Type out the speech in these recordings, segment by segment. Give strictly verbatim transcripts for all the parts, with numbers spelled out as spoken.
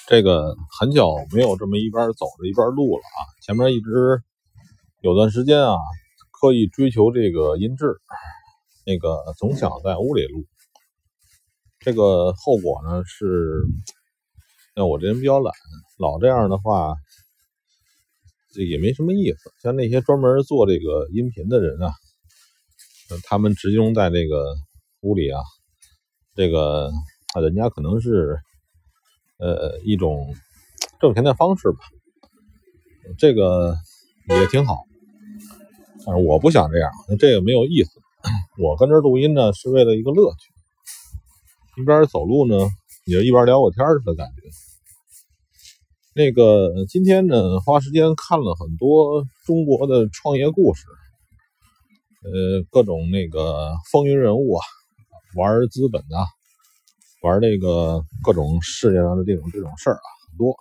这个很久没有这么一边走着一边录了啊，前面一直有段时间啊，刻意追求这个音质，那个总想在屋里录，这个后果呢是，那我这人比较懒，老这样的话，这也没什么意思。像那些专门做这个音频的人啊，他们集中在这个屋里啊，这个人家可能是呃一种挣钱的方式吧，这个也挺好，但是我不想这样，这个没有意思。我跟这录音呢是为了一个乐趣，一边走路呢也一边聊个天的感觉。那个今天呢花时间看了很多中国的创业故事，呃各种那个风云人物啊，玩资本啊，玩这个各种世界上的这种这种事儿啊很多。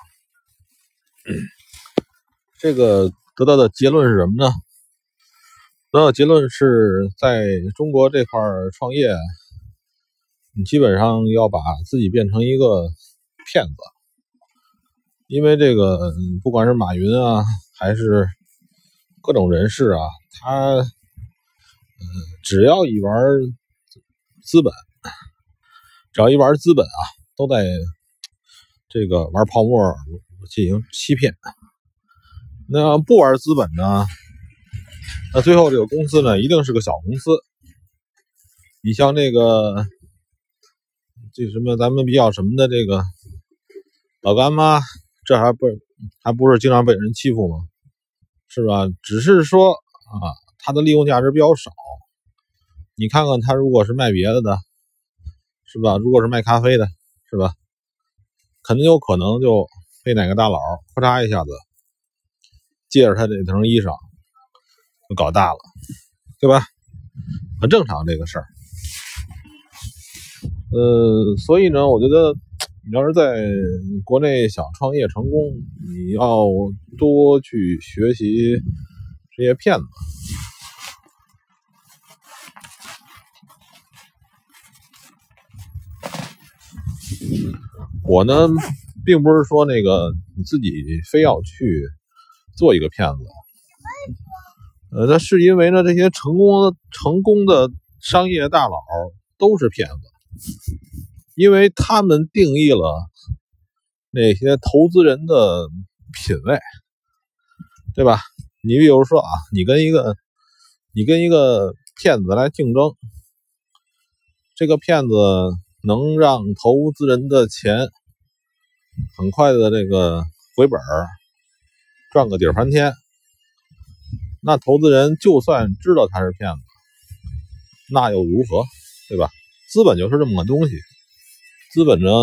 这个得到的结论是什么呢？得到的结论是在中国这块创业，你基本上要把自己变成一个骗子，因为这个不管是马云啊，还是各种人士啊，他呃只要一玩资本，只要一玩资本啊，都在这个玩泡沫进行欺骗。那不玩资本呢，那最后这个公司呢一定是个小公司。你像那个这什么咱们比较什么的这个老干妈，这还不还不是经常被人欺负吗？是吧？只是说啊，它的利用价值比较少。你看看它如果是卖别的的，是吧？如果是卖咖啡的，是吧？肯定有可能就被哪个大佬咔嚓一下子借着他这层衣裳就搞大了，对吧？很正常这个事儿。呃，所以呢，我觉得你要是在国内想创业成功，你要多去学习这些骗子。我呢，并不是说那个你自己非要去做一个骗子，呃，那是因为呢，这些成功成功的商业大佬都是骗子，因为他们定义了那些投资人的品味，对吧？你比如说啊，你跟一个你跟一个骗子来竞争，这个骗子能让投资人的钱很快的这个回本，赚个底儿翻天，那投资人就算知道他是骗子，那又如何，对吧？资本就是这么个东西，资本呢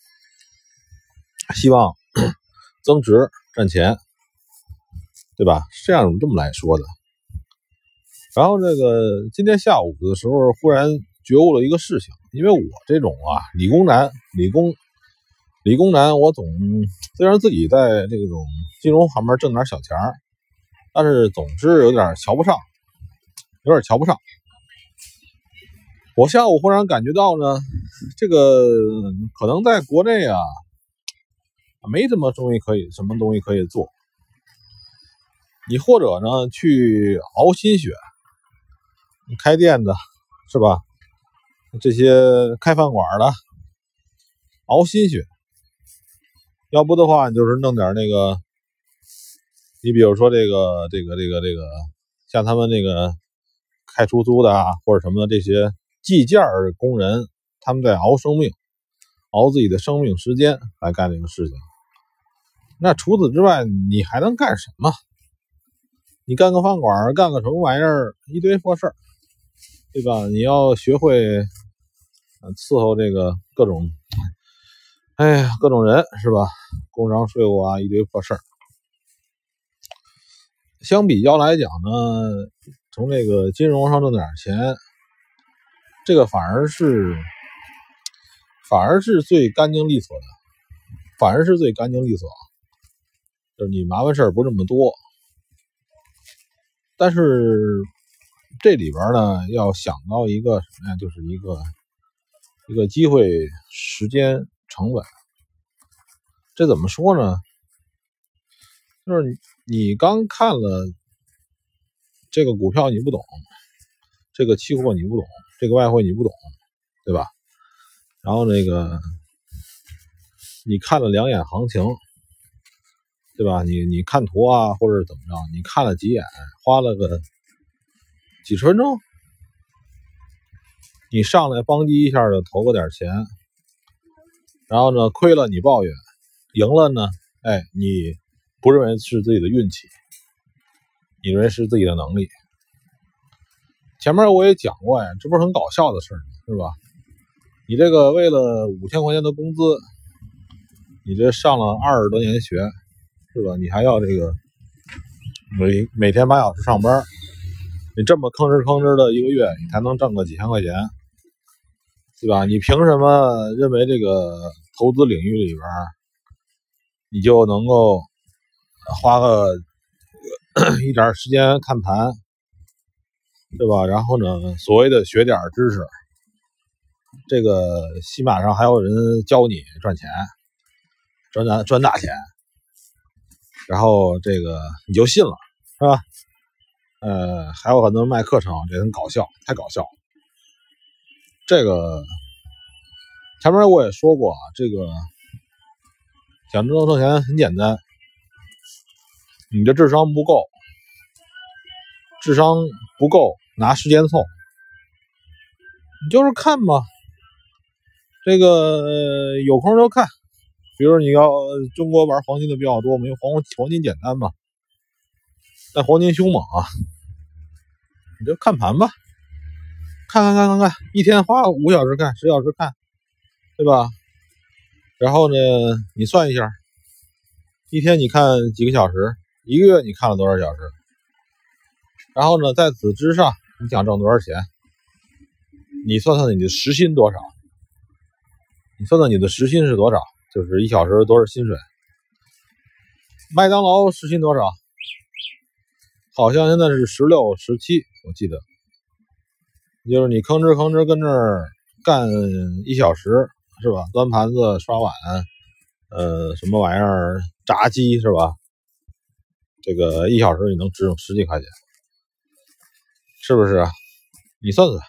希望增值赚钱，对吧？是这样这么来说的。然后这个今天下午的时候忽然觉悟了一个事情，因为我这种啊理工男理工理工男我总虽然自己在这种金融方面挣点小钱，但是总是有点瞧不上有点瞧不上我下午忽然感觉到呢，这个可能在国内啊没什么东西可以什么东西可以做，你或者呢去熬心血，开店的是吧，这些开饭馆的熬心血，要不的话你就是弄点那个，你比如说这个这个这个这个像他们那个开出租的啊或者什么的这些计件工人，他们在熬生命，熬自己的生命时间来干这个事情。那除此之外你还能干什么？你干个饭馆，干个什么玩意儿，一堆破事儿，对吧？你要学会伺候这个各种哎呀各种人，是吧？工商税务啊，一堆破事儿。相比较来讲呢，从这个金融上挣点钱，这个反而是反而是最干净利索的，反而是最干净利索，就是你麻烦事儿不这么多。但是这里边呢要想到一个什么呀，就是一个一个机会时间成本。 这怎么说呢？就是你你刚看了这个股票你不懂，这个期货你不懂，这个外汇你不懂，对吧？然后那个你看了两眼行情，对吧？你你看图啊，或者是怎么着？你看了几眼，花了个几十分钟，你上来邦叽一下就投个点钱，然后呢亏了你抱怨，赢了呢，哎，你不认为是自己的运气，你认为是自己的能力。前面我也讲过呀，这不是很搞笑的事儿吗？是吧？你这个为了五千块钱的工资，你这上了二十多年学，是吧？你还要这个每每天八小时上班，你这么吭哧吭哧的一个月，你才能挣个几千块钱，对吧？你凭什么认为这个投资领域里边你就能够花个一点时间看盘，对吧？然后呢，所谓的学点知识，这个起码上还有人教你赚钱，赚大赚大钱，然后这个你就信了，是吧？呃，还有很多人卖课程，这很搞笑，太搞笑了。这个前面我也说过啊，这个想知道挣钱很简单，你的智商不够，智商不够拿时间凑，你就是看嘛，这个、呃、有空就看。比如你要中国玩黄金的比较多，没有黄黄金简单嘛，但黄金凶猛啊，你就看盘吧，看看看看看，一天花五小时看，十小时看，对吧？然后呢，你算一下，一天你看几个小时，一个月你看了多少小时？然后呢，在此之上，你想挣多少钱？你算算你的时薪多少？你算算你的时薪是多少？就是一小时多少薪水？麦当劳时薪多少？好像现在是十六、十七，我记得。就是你吭哧吭哧跟这儿干一小时，是吧？端盘子、刷碗，呃，什么玩意儿，炸鸡，是吧？这个一小时你能值十几块钱，是不是啊？你算算，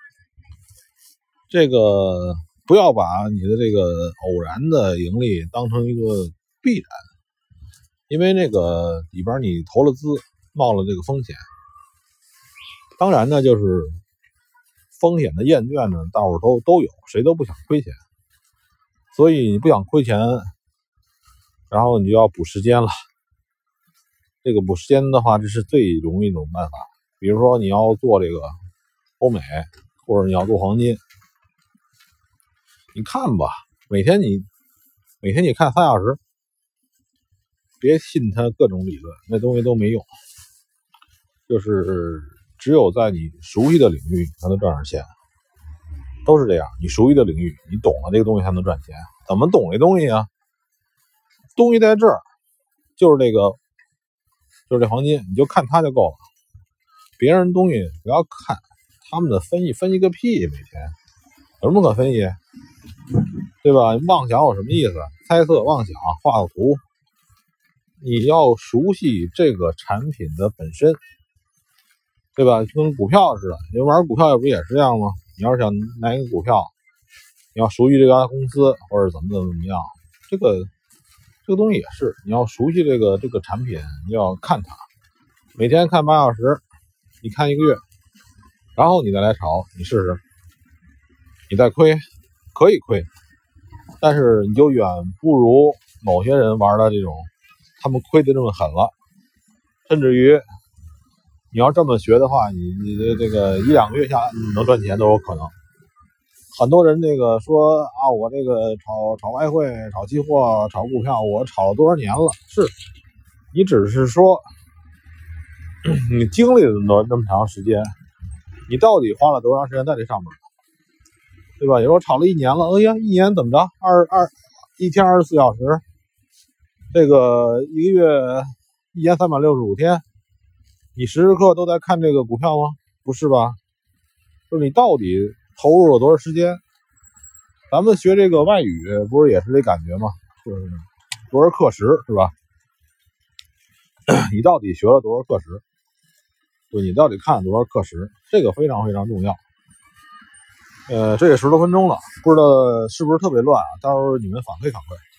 这个不要把你的这个偶然的盈利当成一个必然，因为那个里边你投了资，冒了这个风险。当然呢，就是风险的厌倦呢，到处都都有，谁都不想亏钱，所以你不想亏钱，然后你就要补时间了。这个补时间的话，这是最容易一种办法。比如说你要做这个欧美，或者你要做黄金，你看吧，每天你每天你看三小时，别信他各种理论，那东西都没用。就是只有在你熟悉的领域才能赚点钱，都是这样。你熟悉的领域，你懂了这个东西才能赚钱。怎么懂这东西啊？东西在这儿，就是这个，就是这黄金，你就看它就够了。别人东西不要看，他们的分析分析个屁，每天有什么可分析？对吧？妄想有什么意思？猜测、妄想、画个图。你要熟悉这个产品的本身，对吧？就跟股票似的，你玩股票要不也是这样吗？你要是想买一个股票，你要熟悉这家公司或者怎么怎么怎么样，这个这个东西也是，你要熟悉这个这个产品，你要看它，每天看八小时，你看一个月，然后你再来炒，你试试，你再亏，可以亏，但是你就远不如某些人玩的这种，他们亏的这么狠了，甚至于你要这么学的话，你你的这个一两个月下来能赚钱都有可能。很多人这个说啊，我这个炒炒外汇、炒期货、炒股票，我炒了多少年了？是，你只是说你经历了那么长时间，你到底花了多长时间在这上面，对吧？有时候炒了一年了，哎呀，一年怎么着？二二一天二十四小时，这个一个月一年三百六十五天，你时时刻刻都在看这个股票吗？不是吧？就是你到底投入了多少时间？咱们学这个外语不是也是这感觉吗？就是多少课时，是吧？你到底学了多少课时？对，你到底看了多少课时？这个非常非常重要。呃，这也十多分钟了，不知道是不是特别乱啊？到时候你们反馈反馈。